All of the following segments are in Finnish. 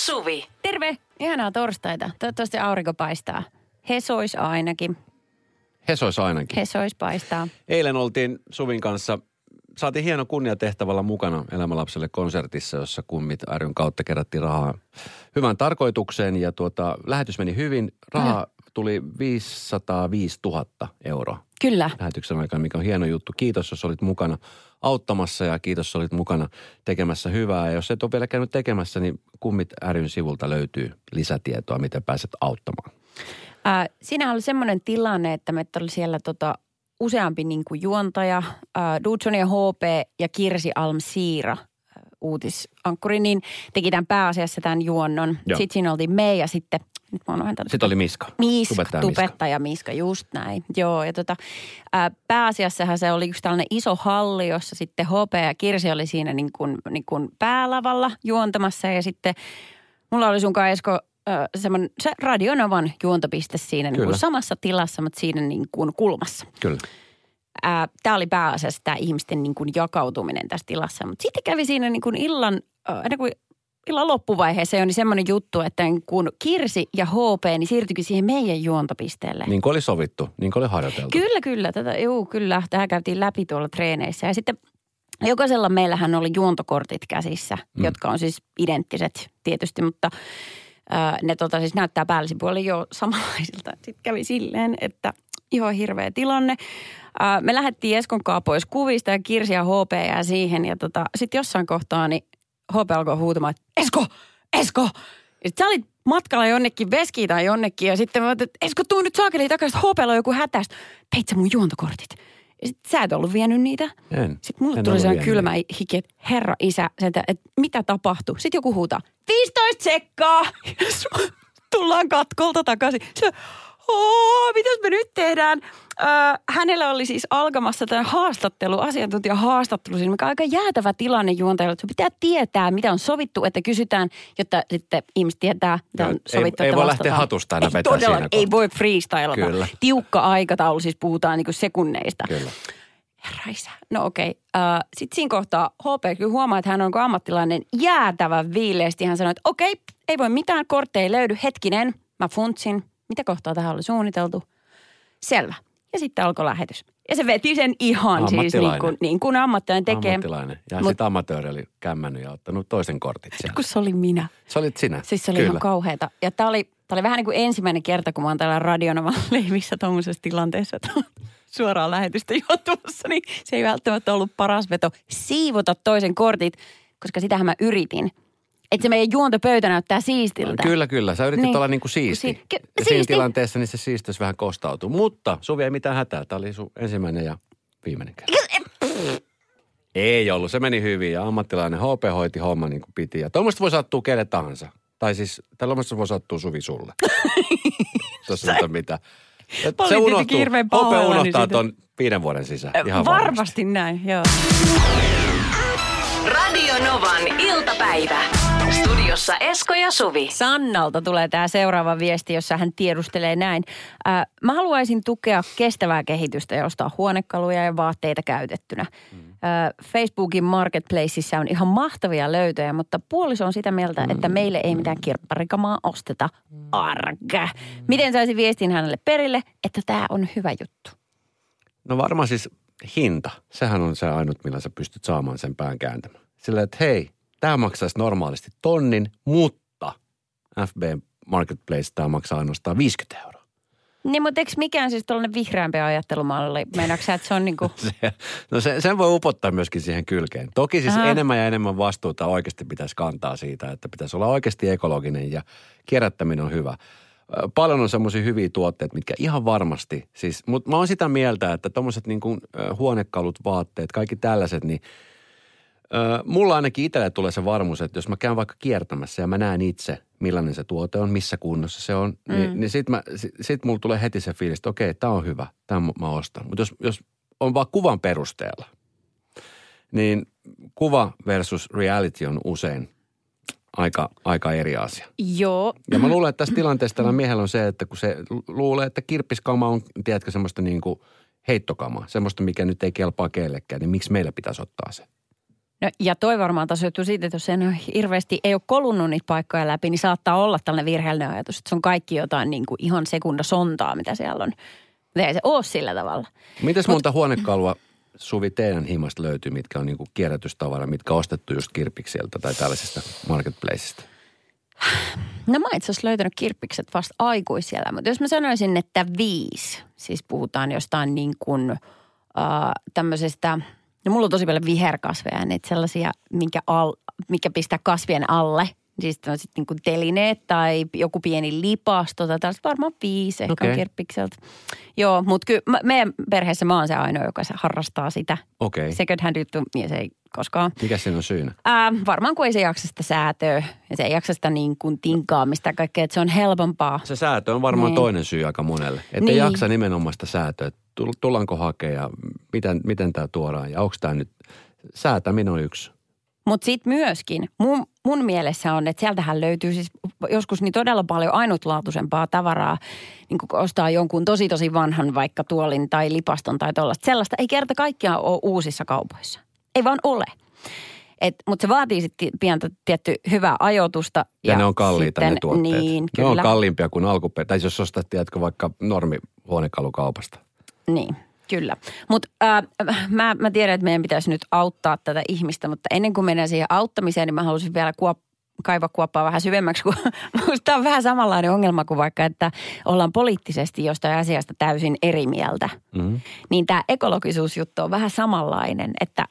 Suvi. Terve! Ihanaa torstaita. Toivottavasti aurinko paistaa. Hesois ainakin. Hesois ainakin. Hesois paistaa. Eilen oltiin Suvin kanssa, saatiin hieno kunniatehtävällä mukana Elämälapselle konsertissa, jossa Kummit ry:n kautta kerättiin rahaa hyvän tarkoitukseen. Ja lähetys meni hyvin. Rahaa tuli 505 000 euroa. Kyllä. Lähetyksen aikana, mikä on hieno juttu. Kiitos, jos olit mukana auttamassa ja kiitos, jos olit mukana tekemässä hyvää. Ja jos et ole vielä käynyt tekemässä, niin Kummit ry:n sivulta löytyy lisätietoa, miten pääset auttamaan. Siinä oli semmoinen tilanne, että meitä oli siellä useampi niin kuin juontaja, Dudson ja HP ja Kirsi Almsiira, uutisankkuri, niin teki tämän pääasiassa tämän juonnon. Joo. Sitten siinä oltiin me ja sitten Sitten oli Miska. Tubettaja Miska, just näin. Joo, ja pääasiassahan se oli yksi tällainen iso halli, jossa sitten HP ja Kirsi oli siinä niin kuin päälavalla juontamassa. Ja sitten mulla oli sunkaan Esko se Radionovan juontopiste siinä niin kuin samassa tilassa, mutta siinä niin kuin kulmassa. Kyllä. Tämä oli pääasiassa tämä ihmisten niin kuin jakautuminen tässä tilassa. Mutta sitten kävi siinä niin kuin illan loppuvaiheessa jo niin semmoinen juttu, että kun Kirsi ja HP niin siirtyikin siihen meidän juontopisteelle. Niin kuin oli sovittu, niin kuin oli harjoiteltu. Kyllä. Kyllä. Tähän käytiin läpi tuolla treeneissä. Ja sitten jokaisella meillähän oli juontokortit käsissä, jotka on siis identtiset tietysti, mutta ne siis näyttää päällisin puolin jo samanlaisilta. Sitten kävi silleen, että ihan hirveä tilanne. Me lähdettiin Eskon kanssa pois kuvista ja Kirsi ja HP jää siihen. Ja sitten jossain kohtaa niin HP alkoi huutamaan, että Esko! Ja sitten sä olit matkalla jonnekin veskiin tai jonnekin. Ja sitten mä ajattelin, että Esko, tuu nyt saakeliin takaisin, että HP:lla on joku hätäistä. Veit sä mun juontokortit? Ja sitten sä et ollut vienyt niitä. Sitten mulle tuli sellainen kylmä hiki, että herra isä, että mitä tapahtui? Sitten joku huutaa, 15 sekkaa! Tullaan katkolta takaisin. Mitäs me nyt tehdään? Hänellä oli siis alkamassa tämä asiantuntijahaastattelu, mikä on aika jäätävä tilanne juontajalle, että pitää tietää, mitä on sovittu, että kysytään, jotta sitten ihmiset tietää, mitä on sovittu. Ei voi lähteä hatusta aina vetää siinä kohtaa. Ei voi freestylata. Kyllä. Tiukka aikataulu, siis puhutaan niin kuin sekunneista. Kyllä. Herra isä. No okei. Sitten siinä kohtaa HP kyllä huomaa, että hän on ammattilainen jäätävän viileesti. Hän sanoi, että okei, ei voi mitään, kortteja ei löydy. Hetkinen, mä funtsin. Mitä kohtaa tähän oli suunniteltu? Selvä. Ja sitten alkoi lähetys. Ja se veti sen ihan siis niin kuin ammattilainen tekee. Ammattilainen. Ja sitten amatööri oli kämmännyt ja ottanut toisen kortit siellä. Kun se oli minä. Se olit sinä. Siis se oli ihan kauheata. Ja tämä oli vähän niin kuin ensimmäinen kerta, kun mä oon täällä Radionovan leivissä tuommoisessa tilanteessa, että suoraan lähetystä juontumassa, niin se ei välttämättä ollut paras veto siivota toisen kortit, koska sitähän mä yritin. Että se meidän juontopöytä näyttää siistiltä. Kyllä. Sä yritit olla niin kuin siisti. Ja siinä tilanteessa niin se siisteys vähän kostautuu. Mutta Suvi ei mitään hätää. Tämä oli sun ensimmäinen ja viimeinen kerta. Ei ollut. Se meni hyvin ja ammattilainen HP hoiti homma niin kuin piti. Ja tuommoista voi sattua kelle tahansa. Tai siis tällaista voi sattua Suvi sulle. Tuossa ei mitään. Se unohtuu. HP unohtaa ton 5 vuoden sisään. Ihan varmasti näin, joo. Radio Novan iltapäivä. Studiossa Esko ja Suvi. Sannalta tulee tämä seuraava viesti, jossa hän tiedustelee näin. Mä haluaisin tukea kestävää kehitystä ja ostaa huonekaluja ja vaatteita käytettynä. Facebookin marketplaceissa on ihan mahtavia löytöjä, mutta puoliso on sitä mieltä, että meille ei mitään kirpparikamaa osteta. Arga. Miten saisin viestin hänelle perille, että tämä on hyvä juttu? No varmaan siis hinta. Sehän on se ainut, millä sä pystyt saamaan sen pään kääntämään. Sillä, että hei, tämä maksaisi normaalisti 1 000, mutta FB Marketplace tämä maksaa ainoastaan 50 €. Niin, mutta eikö mikään siis tuollainen vihreämpi ajattelumalli? Meinaatko sä, että se on niin kuin... sen voi upottaa myöskin siihen kylkeen. Toki siis enemmän ja enemmän vastuuta oikeasti pitäisi kantaa siitä, että pitäisi olla oikeasti ekologinen ja kierrättäminen on hyvä. Paljon on semmoisia hyviä tuotteita, mitkä ihan varmasti, siis, mutta mä oon sitä mieltä, että tommoset niin kuin huonekalut, vaatteet, kaikki tällaiset, niin mulla ainakin itselle tulee se varmuus, että jos mä käyn vaikka kiertämässä ja mä näen itse, millainen se tuote on, missä kunnossa se on, niin sit mulla tulee heti se fiilis, että okei, tää on hyvä, tämän mä ostan. Mutta jos on vaan kuvan perusteella, niin kuva versus reality on usein aika eri asia. Joo. Ja mä luulen, että tässä tilanteessa tällä miehellä on se, että kun se luulee, että kirppiskama on, tiedätkö, semmoista niin kuin heittokamaa, semmoista, mikä nyt ei kelpaa kellekään, niin miksi meillä pitäisi ottaa se? No, ja toi varmaan taas johtuu siitä, että jos hirveästi ei ole kolunnut niitä paikkoja läpi, niin saattaa olla tällainen virheellinen ajatus, että se on kaikki jotain niin kuin ihan sekundasontaa, mitä siellä on. Mutta ei se ole sillä tavalla. Mites monta huonekalua, Suvi, teidän himasta löytyy, mitkä on niin kuin kierrätystavara, mitkä on ostettu just Kirppikseltä tai tällaisesta marketplaceista? No mä itse asiassa löytänyt kirppikset vasta aikuisiellä, mutta jos mä sanoisin, että 5, siis puhutaan jostain niin kuin tämmöisestä, no mulla on tosi paljon viherkasveja, niitä sellaisia, mikä pistää kasvien alle. Siis on sitten niin kuin telineet tai joku pieni lipasto tai tällaista varmaan 5 ehkä on kirppikseltä. Joo, mutta kyllä meidän perheessä mä oon se ainoa, joka harrastaa sitä. Okei. Second hand juttu, mies ei koskaan. Mikä siinä on syynä? Varmaan kun ei se jaksa sitä säätöä ja se ei jaksa sitä niin kuin tinkaamista kaikkea, että se on helpompaa. Se säätö on varmaan toinen syy aika monelle. Että ei jaksa nimenomaan sitä säätöä. Tullaanko hakemaan ja miten tämä tuodaan ja onko tämä nyt, säätäminen on yksi. Mutta sitten myöskin mun mielessä on, että sieltähän löytyy siis joskus niin todella paljon ainutlaatuisempaa tavaraa, niin kuin ostaa jonkun tosi vanhan vaikka tuolin tai lipaston tai tollaista. Sellaista ei kerta kaikkiaan ole uusissa kaupoissa. Ei vaan ole. Mutta se vaatii sitten pientä tietty hyvää ajoitusta. Ja ne on kalliita sitten, ne tuotteet. Niin, kyllä. Ne on kalliimpia kuin alkuperä. Tai jos ostat, tiedätkö, vaikka normihuonekalukaupasta. Niin. Kyllä. Mutta mä tiedän, että meidän pitäisi nyt auttaa tätä ihmistä, mutta ennen kuin mennään siihen auttamiseen, niin mä haluaisin vielä kaivaa kuoppaa vähän syvemmäksi, kun musta on vähän samanlainen ongelma kuin vaikka, että ollaan poliittisesti jostain asiasta täysin eri mieltä. Mm-hmm. Niin tämä ekologisuusjuttu on vähän samanlainen, että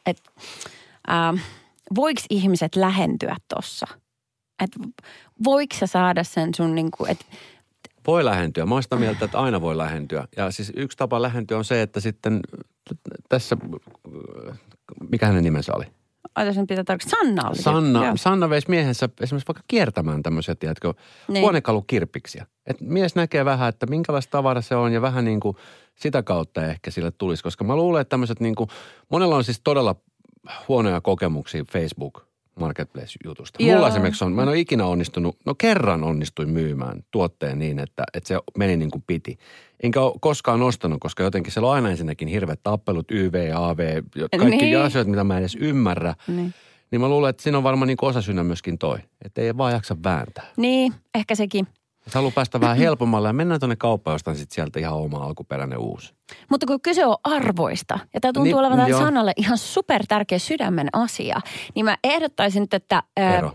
voiko ihmiset lähentyä tossa? Että voiko sä saada sen sun niinku, että voi lähentyä. Mä oon sitä mieltä, että aina voi lähentyä. Ja siis yksi tapa lähentyä on se, että sitten tässä, mikä hänen nimensä oli? Tässä nyt pitää tarkoittaa. Sanna oli. Sanna veisi miehensä esimerkiksi vaikka kiertämään tämmöisiä, tiedätkö, huonekalukirppiksiä. Että mies näkee vähän, että minkälaista tavara se on ja vähän niin kuin sitä kautta ehkä sille tulisi. Koska mä luulen, että tämmöiset niin kuin, monella on siis todella huonoja kokemuksia Facebook Marketplace-jutusta. Mulla esimerkiksi mä en ole ikinä onnistunut, kerran onnistuin myymään tuotteen niin, että se meni niin kuin piti. Enkä ole koskaan ostanut, koska jotenkin siellä on aina ensinnäkin hirveät tappelut, YV, AV, kaikki asioita, mitä mä en edes ymmärrä. Niin mä luulen, että siinä on varmaan niin kuin osasyynä myöskin toi, että ei vaan jaksa vääntää. Niin, ehkä sekin. Että haluaa päästä vähän helpommalle ja mennään tuonne kauppaan, jostain sitten sieltä ihan oma alkuperäinen uusi. Mutta kun kyse on arvoista, ja tämä tuntuu olevan tälle Sannalle ihan super tärkeä sydämen asia, niin mä ehdottaisin nyt, että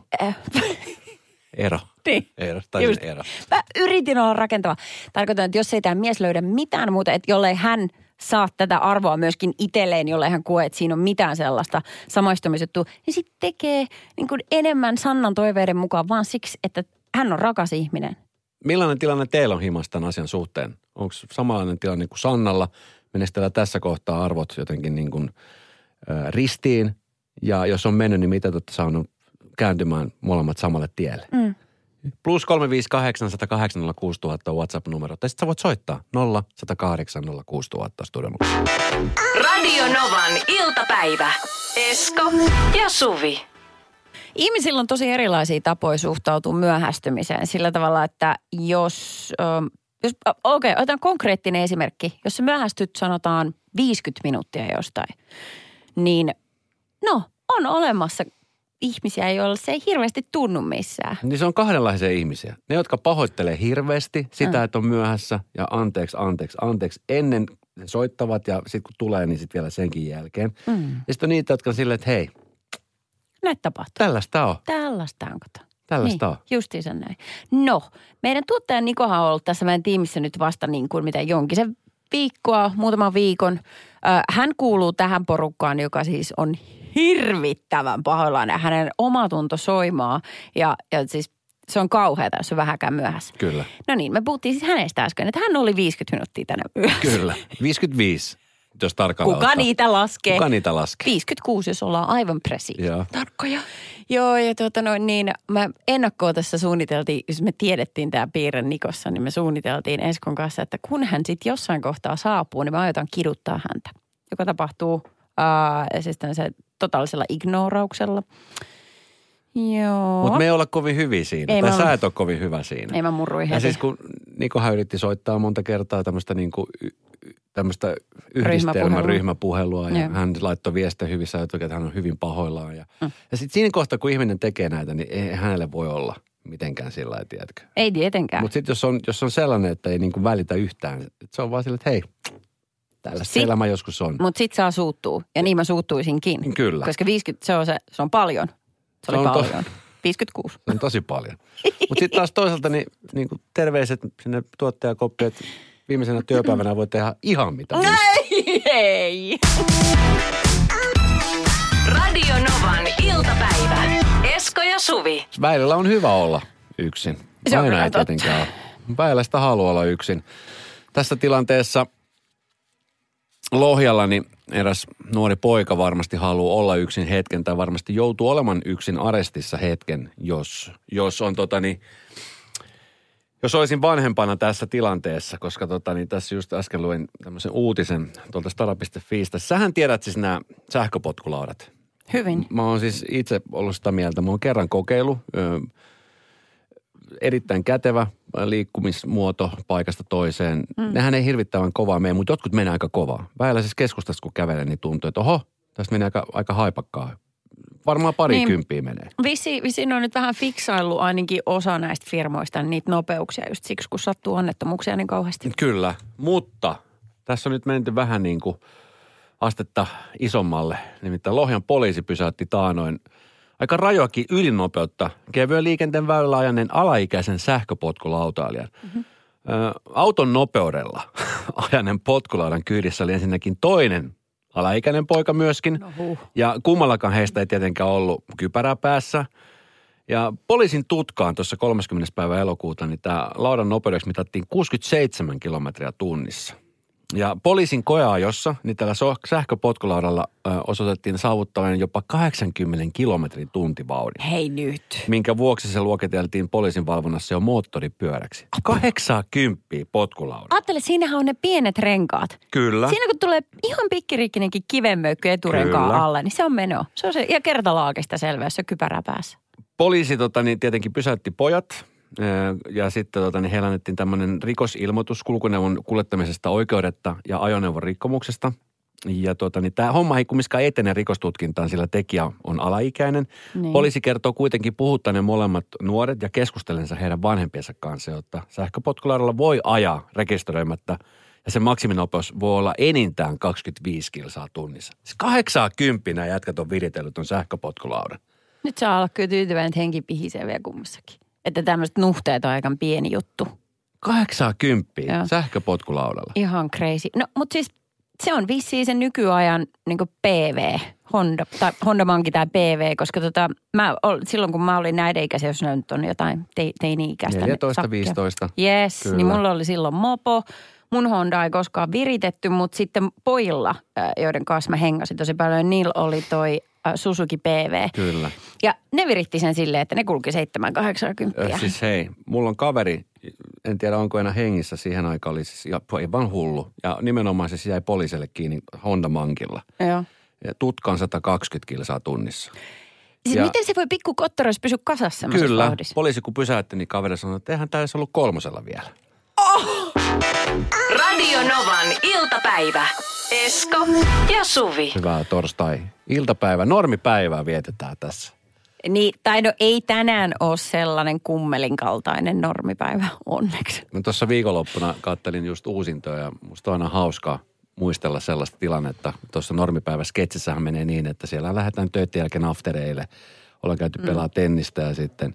Ero. Niin. Ero. Mä yritin olla rakentava. Tarkoitan, että jos ei tämä mies löydä mitään muuta, että jollei hän saa tätä arvoa myöskin itselleen, jollei hän koe, että siinä on mitään sellaista samaistumisjuttua, niin sitten tekee niin kuin enemmän Sannan toiveiden mukaan vaan siksi, että hän on rakas ihminen. Millainen tilanne teillä on himassa tämän asian suhteen? Onko samanlainen tilanne kuin Sannalla? Menestellään tässä kohtaa arvot jotenkin niin kuin ristiin? Ja jos on mennyt, niin mitä te olette saanut kääntymään molemmat samalle tielle? Plus 358 108 06000 WhatsApp-numero. Tai sitten sä voit soittaa 0 108 06000 studion. Radio Novan iltapäivä. Esko ja Suvi. Ihmisillä on tosi erilaisia tapoja suhtautua myöhästymiseen sillä tavalla, että jos otetaan konkreettinen esimerkki. Jos sä myöhästyt sanotaan 50 minuuttia jostain, niin on olemassa ihmisiä, joilla se ei hirveästi tunnu missään. Niin se on kahdenlaisia ihmisiä. Ne, jotka pahoittelee hirveästi sitä, että on myöhässä ja anteeksi ennen soittavat ja sitten kun tulee, niin sitten vielä senkin jälkeen. Ja sitten on niitä, jotka on silleen, että hei. Näitä tapahtuu. Tällaista on. Tällaista on, kato. Tällaista on. Justiinsa näin. No, meidän tuottaja Nikohan on ollut tässä meidän tiimissä nyt vasta niin kuin mitä jonkisen viikkoa, muutaman viikon. Hän kuuluu tähän porukkaan, joka siis on hirvittävän pahoillaan ja hänen omatunto soimaa ja siis se on kauheata, jos on vähäkään myöhässä. Kyllä. No niin, me puhuttiin siis hänestä äsken, että hän oli 50 minuuttia tänä myöhässä. Kyllä, 55, jos tarkalleen Kuka niitä laskee? 56, jos ollaan aivan tarkkoja. Joo, ja niin mä ennakkoon tässä suunniteltiin, jos me tiedettiin tämä piirre Nikossa, niin me suunniteltiin Eskon kanssa, että kun hän sitten jossain kohtaa saapuu, niin me aiotaan kiduttaa häntä, joka tapahtuu siis se totaalisella ignorauksella. Joo. Mutta me ei olla kovin hyviä siinä. Tai sä et ole kovin hyvä siinä. Ei mä murruin heti. Ja siis kun Nikohan yritti soittaa monta kertaa tämmöistä niinku, tämmöistä ryhmäpuhelua ja hän laittoi viestiä hyvissä ajoin, että hän on hyvin pahoillaan. Ja sitten siinä kohtaa, kun ihminen tekee näitä, niin ei hänelle voi olla mitenkään sillä lailla, tiedätkö? Ei tietenkään. Mutta sitten jos on sellainen, että ei niinku välitä yhtään, että se on vaan sillä, että hei, tällaista elämä joskus on. Mutta sitten saa suuttuu. Ja niin mä suuttuisinkin. Kyllä. Koska 50, se on paljon. Se oli paljon. 56. Se on tosi paljon. Mutta sitten taas toisaalta niin kuin terveiset sinne tuottajakoppiin, että viimeisenä työpäivänä voi tehdä ihan mitä. Ei. Radio Novan iltapäivä. Esko ja Suvi. Välillä on hyvä olla yksin. Aina ei tietenkään ole. Välillä sitä haluaa olla yksin. Tässä tilanteessa Lohjalla niin eräs nuori poika varmasti haluaa olla yksin hetken tai varmasti joutuu olemaan yksin arestissa hetken, jos on jos olisin vanhempana tässä tilanteessa, koska tässä just äsken luin tämmöisen uutisen tuolta stara.fiistä. Sähän tiedät siis nämä sähköpotkulaudat. Hyvin. Mä oon siis itse ollut sitä mieltä. Mä oon kerran kokeilu. Erittäin kätevä liikkumismuoto paikasta toiseen. Nehän ei hirvittävän kovaa mene, mutta jotkut menee aika kovaa. Väillä siis keskustassa kun kävelen, niin tuntuu, että oho, tästä menee aika haipakkaa. Varmaan parikymppiä menee. Vissiin on nyt vähän fiksaillut ainakin osa näistä firmoista niitä nopeuksia just siksi, kun sattuu onnettomuuksia niin kauheasti. Kyllä, mutta tässä on nyt menty vähän niin kuin astetta isommalle. Nimittäin Lohjan poliisi pysäytti taanoin aika rajoakin ylinopeutta kevyen liikenteen väylällä ajaneen alaikäisen sähköpotkulautailijan. Auton nopeudella ajaneen potkulaudan kyydissä oli ensinnäkin toinen alaikäinen poika myöskin. Ja kummallakaan heistä ei tietenkään ollut kypärää päässä. Ja poliisin tutkaan tuossa 30. päivä elokuuta, niin tämä laudan nopeudeksi mitattiin 67 kilometriä tunnissa. Ja poliisin koeajossa, niin tällä sähköpotkulaudalla osoitettiin saavuttavan jopa 80 kilometrin tuntivauhdin. Hei nyt. Minkä vuoksi se luokiteltiin poliisin valvonnassa jo moottoripyöräksi. 80 potkulauda. Ajattele, siinähän on ne pienet renkaat. Kyllä. Siinä kun tulee ihan pikkirikkinenkin kivenmöykky eturenkaan alle, niin se on meno. Se on se, ja kertalaakista selvä, jos se kypärä päässä. Poliisi tietenkin pysäytti pojat. Ja sitten heillä annettiin tämmöinen rikosilmoitus kulkuneuvon kuljettamisesta oikeudetta ja ajoneuvon rikkomuksesta. Ja tämä homma ei kumminkaan etene rikostutkintaan, sillä tekijä on alaikäinen. Niin. Poliisi kertoo kuitenkin puhuttaneen molemmat nuoret ja keskustelensa heidän vanhempiensa kanssa, jotta sähköpotkulaudalla voi ajaa rekisteröimättä. Ja se maksiminopeus voi olla enintään 25 kilsaa tunnissa. 80 nämä jätkät on viritellyt ton sähköpotkulaudan. Nyt saa olla kyllä tyytyväinen, että henki pihisee vielä kummassakin. Että tämmöiset nuhteet on aika pieni juttu. 80 sähköpotkulaudalla. Ihan crazy. No, mutta siis se on vissiin sen nykyajan niin kuin PV, Honda Monkey tai PV, koska silloin kun mä olin näiden ikäisiä, jos ne nyt on jotain teini-ikäistä. 14-15. Yes, niin mulla oli silloin mopo. Mun Honda ei koskaan viritetty, mutta sitten pojilla, joiden kanssa mä hengasin tosi paljon, niillä oli toi Suzuki PV. Kyllä. Ja ne viritti sen silleen, että ne kulki 7-80. Siis hei, mulla on kaveri, en tiedä onko enää hengissä, siihen aikaan oli siis aivan hullu. Ja nimenomaan se jäi poliisille kiinni Honda Monkeylla. Joo. Ja tutkan 120 kilsaa tunnissa. Siis miten se voi pikkukottoroissa pysyä kasassa semmoisessa Kyllä, vauhdissa? Poliisi kun pysäytti, niin kaveri sanoi, että eihän tämä edes ollut 3 vielä. Oh! Radio Novan iltapäivä. Esko ja Suvi. Hyvää torstai-iltapäivää. Normipäivää vietetään tässä. Niin, tai no ei tänään ole sellainen kummelin kaltainen normipäivä, onneksi. Mä tuossa viikonloppuna kattelin just uusintoja ja musta on aina hauskaa muistella sellaista tilannetta. Tuossa normipäivä-sketsissähän menee niin, että siellä lähdetään töiden jälkeen aftereille. Ollaan käyty pelaa tennistä ja sitten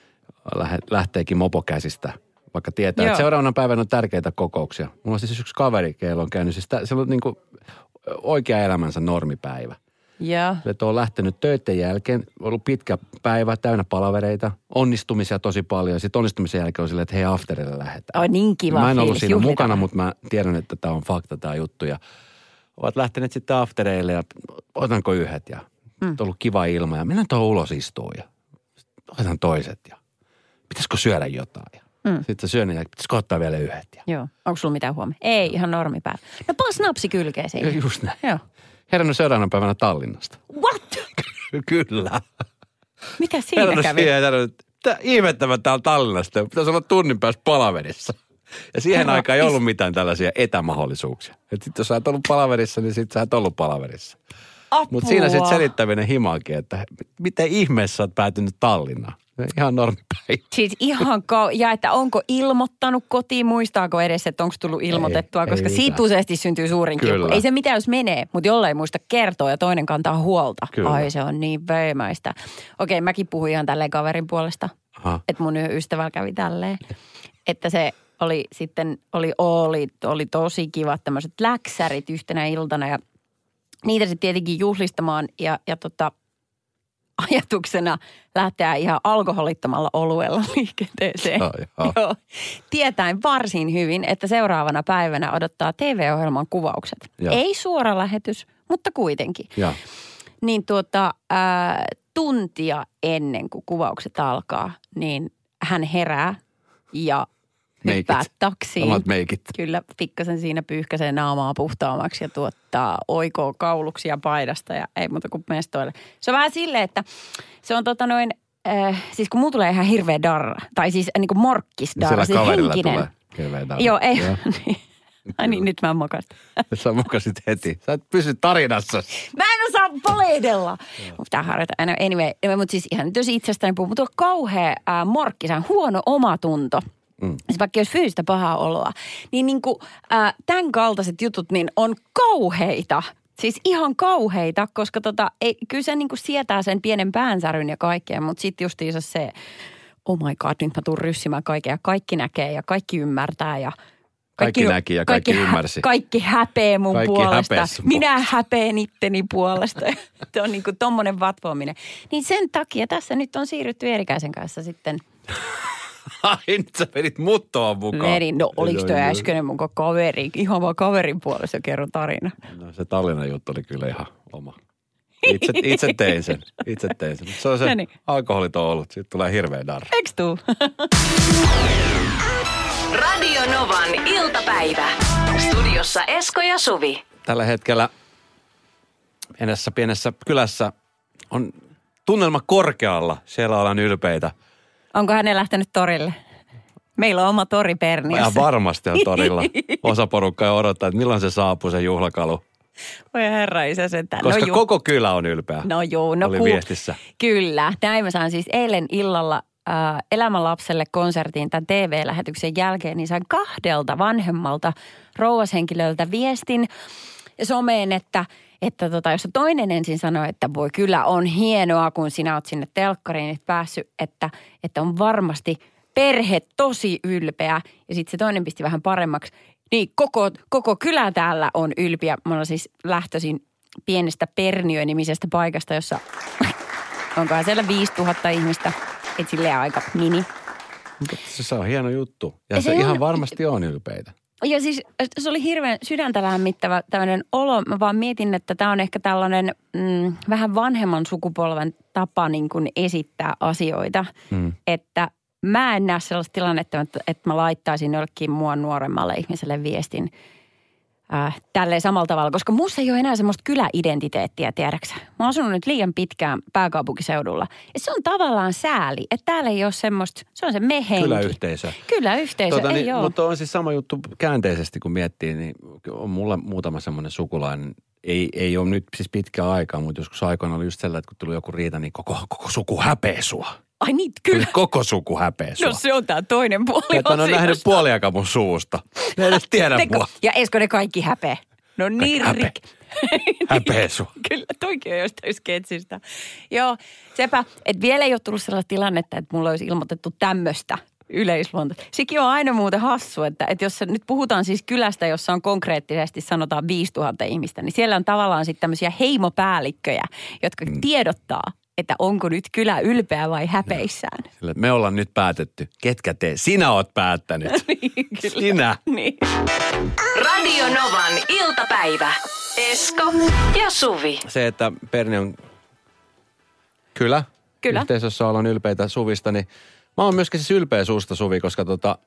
lähteekin mopo käsistä. Vaikka tietää, että seuraavana päivänä on tärkeitä kokouksia. Mulla on siis yksi kaveri, keillä on käynyt. Siis se on niin kuin oikea elämänsä normipäivä. Joo. Että on lähtenyt töiden jälkeen, ollut pitkä päivä, täynnä palavereita, onnistumisia tosi paljon. Sitten onnistumisen jälkeen on silleen, että hei, afterille lähdetään. On niin kiva Mä en ollut siinä juhlita mukana, mutta mä tiedän, että tämä on fakta, tämä juttu. Ja ovat lähteneet sitten aftereille ja otanko yhdet ja on ollut kiva ilma ja mennään tuohon ulos istuun ja otan toiset ja pitäisikö syödä jotain ja sitten syön ja pitäisikö ottaa vielä yhdet. Ja. Joo. Onko sulla mitään huomioon? Ei, ihan normipäivä. No pas napsi kylkeen siinä. Just näin. Joo. Herännyt seuraavana päivänä Tallinnasta. What? Kyllä. Mitä siinä kävi? Ihmettävä täällä Tallinnasta. Pitäisi olla tunnin päästä palaverissa. Ja siihen aikaan ei ollut mitään tällaisia etämahdollisuuksia. Että sitten jos sä et ollut palaverissa, niin sitten sä et ollut palaverissa. Mutta siinä sitten selittäminen himaankin, että miten ihmeessä sä oot päätynyt Tallinnaan. Ihan normipäivä. Siis ihan ja että onko ilmoittanut kotiin, muistaako edes, että onko tullut ilmoitettua, koska siitä useasti syntyy suurin kiukku. Ei se mitään, jos menee, mutta jollain muista kertoa ja toinen kantaa huolta. Kyllä. Ai se on niin veemäistä. Okei, mäkin puhuin ihan tälleen kaverin puolesta, että mun ystävällä kävi tälleen. Että se oli sitten, oli tosi kivat tämmöiset läksärit yhtenä iltana ja niitä sitten tietenkin juhlistamaan ja ajatuksena lähteä ihan alkoholittomalla oluella liikenteeseen. Joo. Tietäen varsin hyvin, että seuraavana päivänä odottaa TV-ohjelman kuvaukset. Ja. Ei suora lähetys, mutta kuitenkin. Ja. Niin tuntia ennen kuin kuvaukset alkaa, niin hän herää ja hyppää taksiin. Omat meikit. Kyllä, pikkasen siinä pyyhkäsee naamaa puhtaammaksi ja tuottaa oikoo kauluksia paidasta ja ei muuta kuin mestoille. Se on vähän silleen, että se on siis kun mulla tulee ihan hirveä darra, tai siis niin kuin morkkisdarra, siis henkinen. Tulee hirveä darra. Joo, ei. Ai niin, nyt mä mokasin. Sä mokasit heti. Sä et pysy tarinassa. Mä en osaa valehdella. Pitää harjoita. Anyway, mutta siis ihan nyt jos itsestäni puhuu, mutta on kauhea morkkisa, huono omatunto. Siis vaikka jos fyysistä pahaa oloa, niin kuin, tämän kaltaiset jutut niin on kauheita. Siis ihan kauheita, koska kyllä se niin kuin sietää sen pienen päänsäryn ja kaikkea, mutta sitten justiinsa se, oh my god, nyt mä tuun ryssimään kaikkea ja kaikki näkee ja kaikki ymmärtää ja kaikki näki ja kaikki ymmärsi. Kaikki häpee mun puolesta. Minä häpeen itteni puolesta. Se on niin kuin tommonen vatvoaminen. Niin sen takia tässä nyt on siirrytty Eerikäisen kanssa sitten. Ai, nyt sä vedit muttoa mukaan. Vedin, no oliks toi äskeinen mun kaveri? Ihan vaan kaverin puolesta kerron tarina. No se Tallinnan juttu oli kyllä ihan oma. Itse tein sen. Se on se alkoholit on ollut. Siitä tulee hirveä darra. Eiks tuu? Radio Novan iltapäivä. Studiossa Esko ja Suvi. Tällä hetkellä pienessä kylässä on tunnelma korkealla. Siellä ollaan ylpeitä. Onko hänen lähtenyt torille? Meillä on oma tori Perniössä. Ja varmasti on torilla. Osa porukkaa odottaa, että milloin se saapuu se juhlakalu. Voi herra isä sentään. Koska koko kylä on ylpeä. No joo. Oli viestissä. Kyllä. Näin mä saan siis eilen illalla Elämän lapselle konsertin tämän TV-lähetyksen jälkeen, niin sain 2 vanhemmalta rouvashenkilöltä viestin someen, että jos toinen ensin sanoi, että voi kyllä on hienoa, kun sinä oot sinne telkkariin nyt päässyt, että on varmasti perhe tosi ylpeä. Ja sitten se toinen pisti vähän paremmaksi. Niin koko kylä täällä on ylpeä. Mä olen siis lähtöisin pienestä Perniö-nimisestä paikasta, jossa onkohan siellä 5000 ihmistä. Et silleen aika mini. Mutta se on hieno juttu. Ja se ihan varmasti on ylpeitä. Ja siis se oli hirveän sydäntä lämmittävä tämmöinen olo. Mä vaan mietin, että tämä on ehkä tällainen vähän vanhemman sukupolven tapa niin kuin esittää asioita. Että mä en näe sellaista tilannetta, että mä laittaisin jollekin mua nuoremmalle ihmiselle viestin tälleen samalla tavalla. Koska musta ei ole enää semmoista kyläidentiteettiä, tiedäksä. Mä oon asunut nyt liian pitkään pääkaupunkiseudulla. Ja se on tavallaan sääli, että täällä ei ole semmoista, se on se me-henki. Kyläyhteisö. Kyläyhteisö, ei ole. Mutta on siis sama juttu käänteisesti, kun miettii, niin on mulla muutama semmoinen sukulainen. Ei ole nyt siis pitkää aikaa, mutta joskus aikoina oli just sellainen, että kun tuli joku riita, niin koko suku häpee sua. Ai niin, kyllä. Koko suku häpee sua. No se on tää toinen puoli. Että on nähnyt puoliakaan mun suusta. Ne ei edes tiedä mua. Ja Esko, ne kaikki häpee. No niin, häpee sua. Kyllä, toikin on jostain sketsistä. Joo, sepä, että vielä ei ole tullut sellaista tilannetta, että mulla olisi ilmoitettu tämmöistä yleisluontoista. Sekin on aina muuten hassu, että jos nyt puhutaan siis kylästä, jossa on konkreettisesti sanotaan 5000 ihmistä, niin siellä on tavallaan sitten tämmöisiä heimopäällikköjä, jotka tiedottaa, että onko nyt kylä ylpeä vai häpeissään. Sillä me ollaan nyt päätetty. Ketkä te? Sinä oot päättänyt. Niin, kyllä. Sinä. Niin. Radio Novan iltapäivä. Esko ja Suvi. Se, että Perniön kylä. Yhteisössä ollaan ylpeitä Suvista, niin mä oon myöskin siis ylpeä susta, Suvi, koska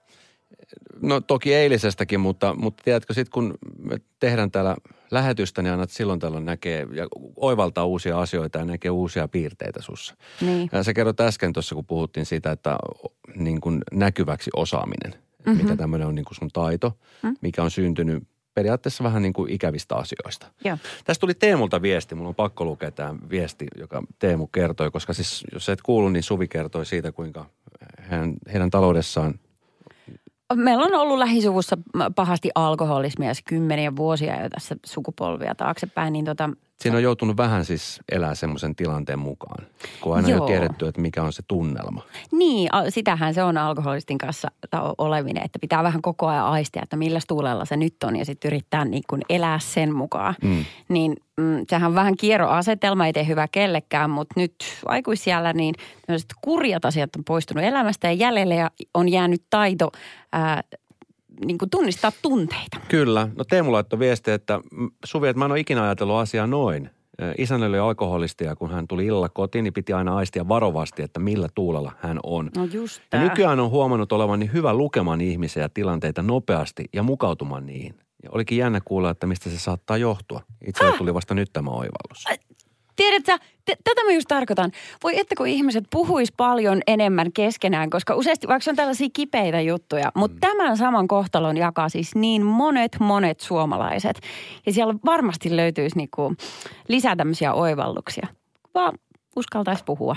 no toki eilisestäkin, mutta tiedätkö, sit kun me tehdään täällä lähetystä, niin annat silloin tällöin näkee ja oivaltaa uusia asioita ja näkee uusia piirteitä sussa. Niin. Ja sä kerrot äsken tuossa, kun puhuttiin siitä, että niin kuin näkyväksi osaaminen. mikä tämmöinen on niin kuin sun taito, mikä on syntynyt periaatteessa vähän niin kuin ikävistä asioista. Joo. Tästä tuli Teemulta viesti, mulla on pakko lukea tämä viesti, joka Teemu kertoi, koska siis jos et kuullut, niin Suvi kertoi siitä, kuinka heidän taloudessaan. Meillä on ollut lähisuvussa pahasti alkoholismia kymmeniä vuosia jo tässä sukupolvia taaksepäin, niin Siinä on joutunut vähän siis elää semmoisen tilanteen mukaan, kun aina ei ole tiedetty, että mikä on se tunnelma. Niin, sitähän se on alkoholistin kanssa oleminen, että pitää vähän koko ajan aistia, että millä tuulella se nyt on ja sitten yrittää niin kuin elää sen mukaan. Niin sehän on vähän kierroasetelma, ei tee hyvä kellekään, mutta nyt aikuisiällä niin tämmöiset kurjat asiat on poistunut elämästä ja jäljelle on jäänyt taito niin kuin tunnistaa tunteita. Kyllä. No Teemu laittoi viestiä, että Suvi, että mä en ole ikinä ajatellut asiaa noin. Isäni oli alkoholisti ja kun hän tuli illalla kotiin, niin piti aina aistia varovasti, että millä tuulella hän on. No just ja nykyään on huomannut olevan niin hyvä lukemaan ihmisiä ja tilanteita nopeasti ja mukautumaan niihin. Ja olikin jännä kuulla, että mistä se saattaa johtua. Itselle tuli vasta nyt tämä oivallus. Tiedätkö, tätä mä just tarkoitan. Voi että kun ihmiset puhuis paljon enemmän keskenään, koska useasti vaikka se on tällaisia kipeitä juttuja, mutta tämän saman kohtalon jakaa siis niin monet suomalaiset. Ja siellä varmasti löytyisi niinku lisää tämmöisiä oivalluksia. Vaan uskaltaisi puhua.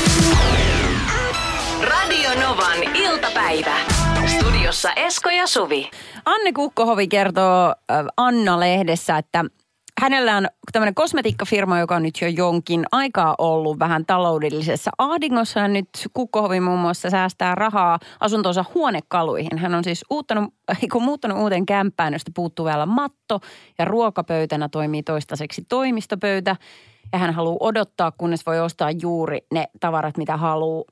Radio Novan iltapäivä. Studiossa Esko ja Suvi. Anne Kukkohovi kertoo Anna-lehdessä, että hänellä on tämmöinen kosmetiikkafirma, joka on nyt jo jonkin aikaa ollut vähän taloudellisessa ahdingossa. Ja nyt Kukkohovi muun muassa säästää rahaa asuntonsa huonekaluihin. Hän on siis muuttanut uuteen kämppään, josta puuttuu vielä matto ja ruokapöytänä toimii toistaiseksi toimistopöytä. Ja hän haluaa odottaa, kunnes voi ostaa juuri ne tavarat, mitä haluaa.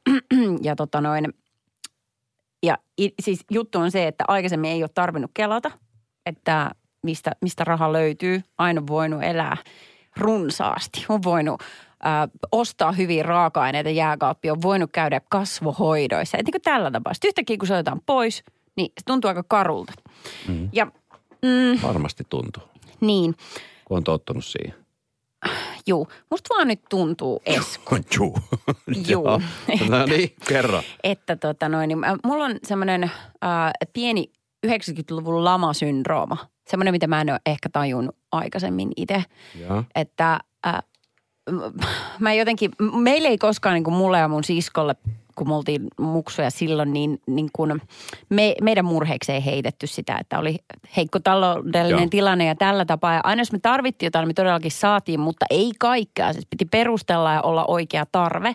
Ja siis juttu on se, että aikaisemmin ei ole tarvinnut kelata, että mistä raha löytyy. Aina on voinut elää runsaasti. On voinut ostaa hyviä raaka-aineita jääkaappiin. On voinut käydä kasvohoidoissa. Että niin kuin tällä tapaa. Sitten yhtäkkiä kun se otetaan pois, niin se tuntuu aika karulta. Ja, varmasti tuntuu. Niin. Kun on tottunut siihen. Juu. Musta vaan nyt tuntuu, Esko. Juu. No niin, kerro. Että niin, mulla on semmoinen pieni 90-luvun lamasyndrooma. Semmoinen, mitä mä en ole ehkä tajunnut aikaisemmin itse. Että mä jotenkin, meillä ei koskaan niin kuin mulle ja mun siskolle, kun me oltiin muksuja silloin, niin kuin meidän murheeksi ei heitetty sitä, että oli heikko taloudellinen tilanne ja tällä tapaa. Ja aina jos me tarvittiin jotain, me todellakin saatiin, mutta ei kaikkea. Siis piti perustella ja olla oikea tarve.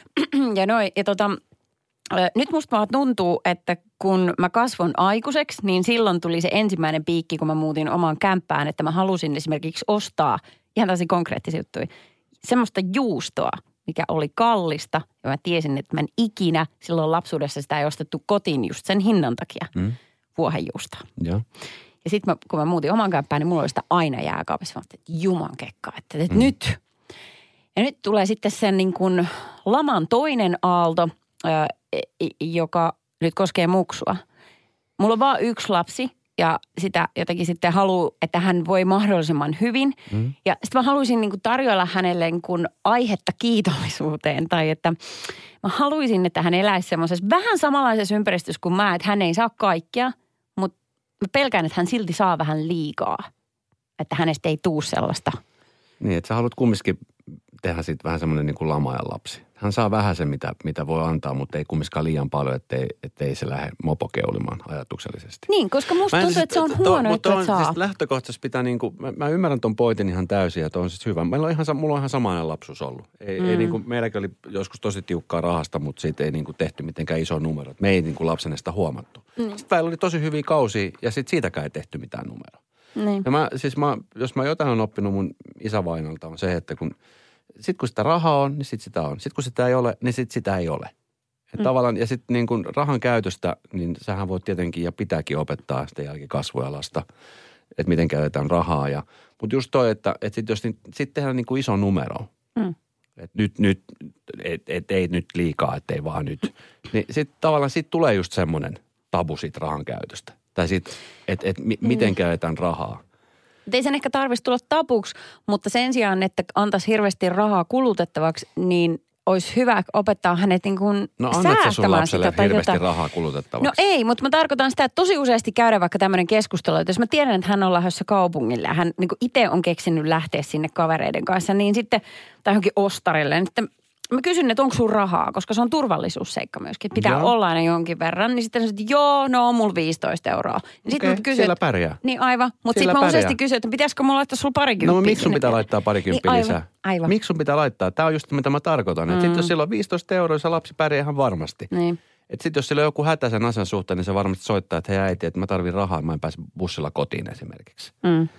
Nyt musta vaan tuntuu, että kun mä kasvon aikuiseksi, niin silloin tuli se ensimmäinen piikki, kun mä muutin omaan kämppään, että mä halusin esimerkiksi ostaa ihan tällaisia konkreettisia juttuja. Semmoista juustoa, mikä oli kallista ja mä tiesin, että mä en ikinä silloin lapsuudessa sitä ei ostettu kotiin just sen hinnan takia vuohenjuustoa. Ja sitten kun mä muutin omaan kämppään, niin mulla oli sitä aina jääkaapissa. Mä ajattelin, että jumankekka, että nyt. Ja nyt tulee sitten sen niin kuin laman toinen aalto, joka nyt koskee muksua. Mulla on vaan yksi lapsi ja sitä jotenkin sitten haluaa, että hän voi mahdollisimman hyvin. Ja sitten mä haluaisin niin kuin tarjoilla hänelle niin kuin aihetta kiitollisuuteen tai että mä haluaisin, että hän eläisi semmoisessa vähän samanlaisessa ympäristössä kuin mä, että hän ei saa kaikkea, mutta mä pelkään, että hän silti saa vähän liikaa, että hänestä ei tuu sellaista. Niin, että sä haluat kumminkin tehdä siitä vähän semmoinen niin kuin lamaajan lapsi. Hän saa vähän sen, mitä voi antaa, mutta ei kumminkaan liian paljon, ettei se lähde mopokeulimaan ajatuksellisesti. Niin, koska musta tuntuu, että se on huono, että saa. Mutta siis lähtökohtaisesti pitää niin kuin, mä ymmärrän ton pointin ihan täysin, että on siis hyvä. Mulla on ihan samanlainen lapsuus ollut. Ei niin kuin, meilläkin oli joskus tosi tiukkaa rahasta, mutta siitä ei niin kuin tehty mitenkään iso numero. Me ei niin kuin lapsena sitä huomattu. Sitten meillä oli tosi hyviä kausia ja sitten siitäkään ei tehty mitään numeroa. Niin. Ja jos mä jotain on oppinut mun isävainalta on se, että sitten kun sitä rahaa on, niin sitten sitä on. Sitten kun sitä ei ole, niin sitten sitä ei ole. Tavallaan, ja sitten niin kun rahan käytöstä, niin sähän voit tietenkin ja pitääkin opettaa sitä jälkikasvua lasta, että miten käytetään rahaa. Mutta just toi, että sit jos sitten tehdään niin kuin iso numero. Että nyt, ei nyt liikaa, että ei vaan nyt. Niin sitten tavallaan siitä tulee just semmoinen tabu siitä rahan käytöstä. Tai sitten, että miten käytetään rahaa. Ei sen ehkä tarvitsisi tulla tabuksi, mutta sen sijaan, että antaisi hirveästi rahaa kulutettavaksi, niin olisi hyvä opettaa hänet niin kuin No annatko sun lapselle tai hirveästi jotain. rahaa kulutettavaksi? No ei, mutta mä tarkoitan sitä, että tosi useasti käydään vaikka tämmöinen keskustelu, että jos mä tiedän, että hän on lähdössä kaupungille ja hän niin kuin itse on keksinyt lähteä sinne kavereiden kanssa, niin sitten, tai johonkin ostarille, niin sitten mä kysyn, että onko sun rahaa, koska se on turvallisuusseikka myöskin. Pitää olla aina jonkin verran. Niin sitten sanoin, että joo, no on mulla 15 euroa. Ja Okei, sillä pärjää. Niin aivan. Mutta sitten mä useasti kysyn, että pitäisikö mulla laittaa sulla parikymppiä. No miksi sun pitää laittaa parikymppiä niin, lisää? Aivan. Miksi sun pitää laittaa? Tämä on just mitä mä tarkoitan. Että sitten jos sillä on 15 euroa, se lapsi pärjää ihan varmasti. Niin. Että sitten jos sillä on joku hätä sen asian suhteen, niin se varmasti soittaa, että hei äiti, että mä tarvin rahaa, mä en pääse bussilla kotiin esimerkiksi.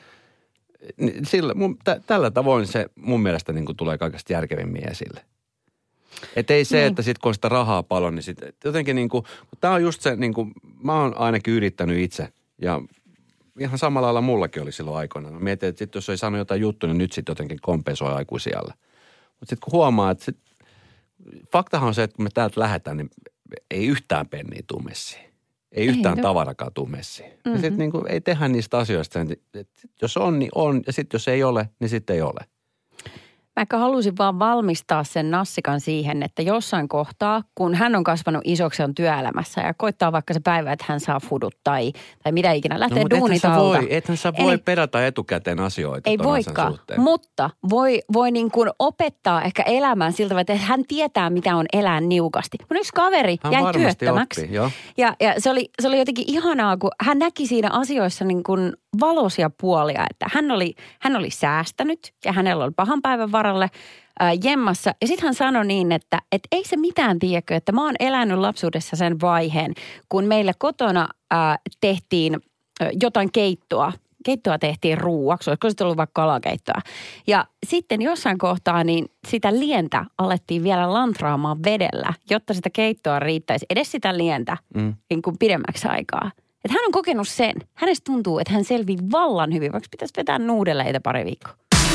Tällä tavoin se mun mielestä niin kuin tulee kaikesta järkevimmin esille. Että ei se, niin. Että sitten kun on sitä rahaa paljon, niin sitten jotenkin niin kuin, tämä on just se, niin kuin, mä oon ainakin yrittänyt itse ja ihan samalla lailla mullakin oli silloin aikoinaan. Mä mietin, että sit, jos ei saanut jotain juttua, niin nyt sitten jotenkin kompensoi aikuisiällä. Mutta sitten kun huomaa, että faktahan on se, että kun me täältä lähdetään, niin ei yhtään penniä tuu messiin. Ei yhtään tavarakaan tuu messiin. Ja sitten niin kuin, ei tehdä niistä asioista, että jos on, niin on. Ja sitten jos ei ole, niin sitten ei ole. Mä ehkä halusin vaan valmistaa sen Nassikan siihen, että jossain kohtaa, kun hän on kasvanut isoksi on työelämässä ja koittaa vaikka se päivä, että hän saa fudut tai mitä ikinä, lähtee duunitalta. Ethän sä voi pedata etukäteen asioita. Ei voikaan, mutta voi niin kuin opettaa ehkä elämään siltä tavalla, että hän tietää, mitä on elää niukasti. Mun yksi kaveri jäi työttömäksi. Oppi, jo. Ja se oli jotenkin ihanaa, kun hän näki siinä asioissa niin kuin valoisia puolia, että hän oli säästänyt ja hänellä oli pahan päivän varalle jemmassa. Ja sitten hän sanoi niin, että ei se mitään tiedäkö, että mä oon elänyt lapsuudessa sen vaiheen, kun meillä kotona tehtiin jotain keittoa. Keittoa tehtiin ruuaksi, olisiko se ollut vaikka kalakeittoa. Ja sitten jossain kohtaa niin sitä lientä alettiin vielä lantraamaan vedellä, jotta sitä keittoa riittäisi edes sitä lientä niin kuin pidemmäksi aikaa. Että hän on kokenut sen. Hänestä tuntuu, että hän selvii vallan hyvin, vaikka pitäisi vetää nuudeleita pari viikkoa.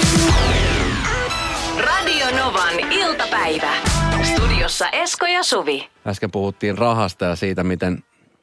Radio Novan iltapäivä. Studiossa Esko ja Suvi. Äsken puhuttiin rahasta ja siitä, miten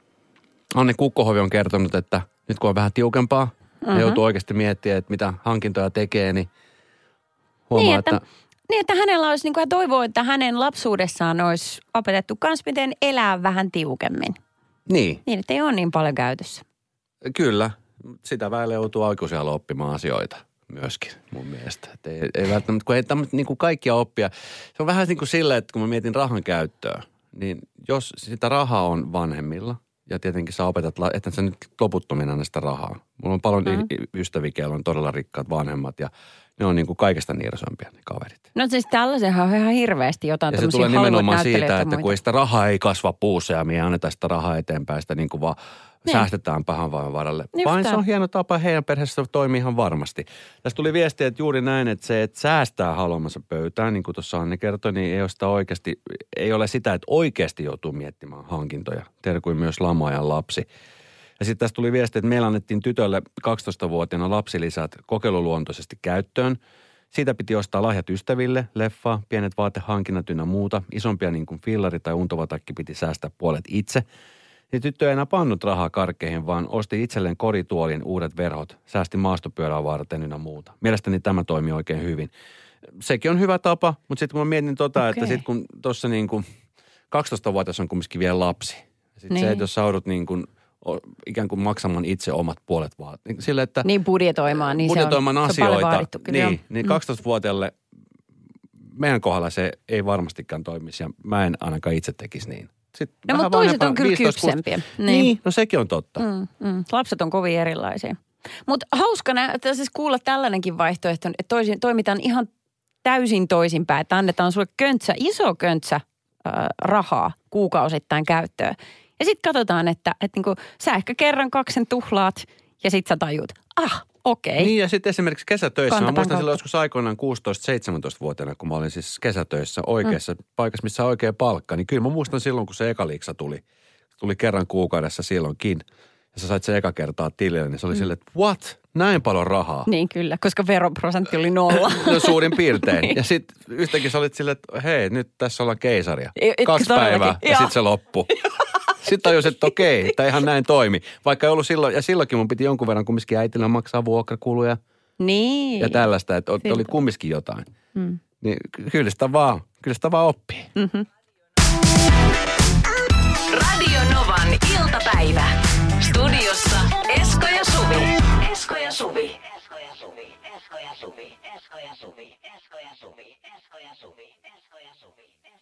Anne Kukkohovi on kertonut, että nyt kun on vähän tiukempaa ja joutuu oikeasti miettimään, että mitä hankintoja tekee, niin huomaa, että hänellä olisi, niin kuin hän toivoo, että hänen lapsuudessaan olisi opetettu kans, miten elää vähän tiukemmin. Niin. Niin, että ei ole niin paljon käytössä. Kyllä. Sitä väillä joutuu aikuisella oppimaan asioita myöskin mun mielestä. Että ei välttämättä, kun ei tämmöistä niin kuin kaikkia oppia. Se on vähän niin kuin silleen, että kun mä mietin rahan käyttöä, niin jos sitä rahaa on vanhemmilla ja tietenkin sä opetat, että sä nyt loputtomiin anna sitä rahaa. Mulla on paljon ystäviä, joilla on todella rikkaat vanhemmat ja ne on niin kuin kaikesta niirsompia ne kaverit. No siis tällaisenhan on ihan hirveästi jotain tämmöisiä Hollywood-näyttelijöitä. Ja se tulee nimenomaan siitä, että kun ei sitä rahaa ei kasva puussa ja me ei anneta sitä rahaa eteenpäin, sitä niin kuin vaan säästetään pahan vain varalle. Vain se on hieno tapa, heidän perheessä toimii ihan varmasti. Tästä tuli viestiä, että juuri näin, että se, että säästää haluamansa pöytään, niin kuin tuossa Anne kertoi, niin ei ole sitä oikeasti, ei ole sitä, että oikeasti joutuu miettimään hankintoja. Terkui myös lama-ajan lapsi. Ja sitten tästä tuli viesti, että meillä annettiin tytölle 12-vuotiaana lapsilisät kokeiluluontoisesti käyttöön. Siitä piti ostaa lahjat ystäville, leffa, pienet vaatehankinnat ynnä muuta. Isompia niin kuin fillari tai untuvatakki piti säästää puolet itse. Niin tyttö ei enää pannut rahaa karkkeihin, vaan osti itselleen korituolin uudet verhot, säästi maastopyörää varten ynnä muuta. Mielestäni tämä toimii oikein hyvin. Sekin on hyvä tapa, mutta sitten kun mä mietin että sitten kun tuossa niin kuin 12-vuotias on kumminkin vielä lapsi. Sitten se, että jos sä joudut niin kuin ikään kuin maksamaan itse omat puolet vaan. Sille, että niin budjetoimaan, niin budjetoimaan se on asioita. paljon vaadittu, kyllä. Niin 12-vuotiaalle meidän kohdalla se ei varmastikaan toimisi ja mä en ainakaan itse tekisi niin. No mutta toiset on kyllä kypsempiä. Niin, no sekin on totta. Lapset on kovin erilaisia. Mutta hauskana siis kuulla tällainenkin vaihtoehto, että toimitaan ihan täysin toisinpäin, että annetaan sulle iso köntsä rahaa kuukausittain käyttöön. Ja sitten katsotaan, että niinku, sä ehkä kerran 2 sen tuhlaat ja sit sä tajut, okei. Niin ja sitten esimerkiksi kesätöissä, mä muistan silloin joskus aikoinaan 16-17-vuotiaana, kun mä olin siis kesätöissä oikeassa paikassa, missä on oikea palkka. Niin kyllä mä muistan silloin, kun se eka liiksa tuli kerran kuukaudessa silloinkin. Ja sä sait se eka kertaa tilille, niin se oli silleen, että what? Näin paljon rahaa. Niin kyllä, koska veroprosentti oli 0. No suurin piirtein. Niin. Ja sitten yhtäkkiä sä olit silleen, että hei, nyt tässä ollaan keisaria. 2 päivää ja sitten se loppui. Sitten tajusin, että okei, tämä ihan näin toimi. Vaikka ei ollut silloin, ja silloinkin mun piti jonkun verran kumminkin äitillä maksaa vuokrakuluja. Niin. Ja tällaista, että oli kumminkin jotain. Niin kyllä sitä vaan Kyllä sitä vaan oppii. Mm-hmm. Radio Novan iltapäivä. Studiossa Esko ja Suvi. Esko ja Suvi. Esko ja Suvi. Esko ja Suvi. Esko ja Suvi. Esko ja Suvi. Esko ja Suvi. Esko ja Suvi.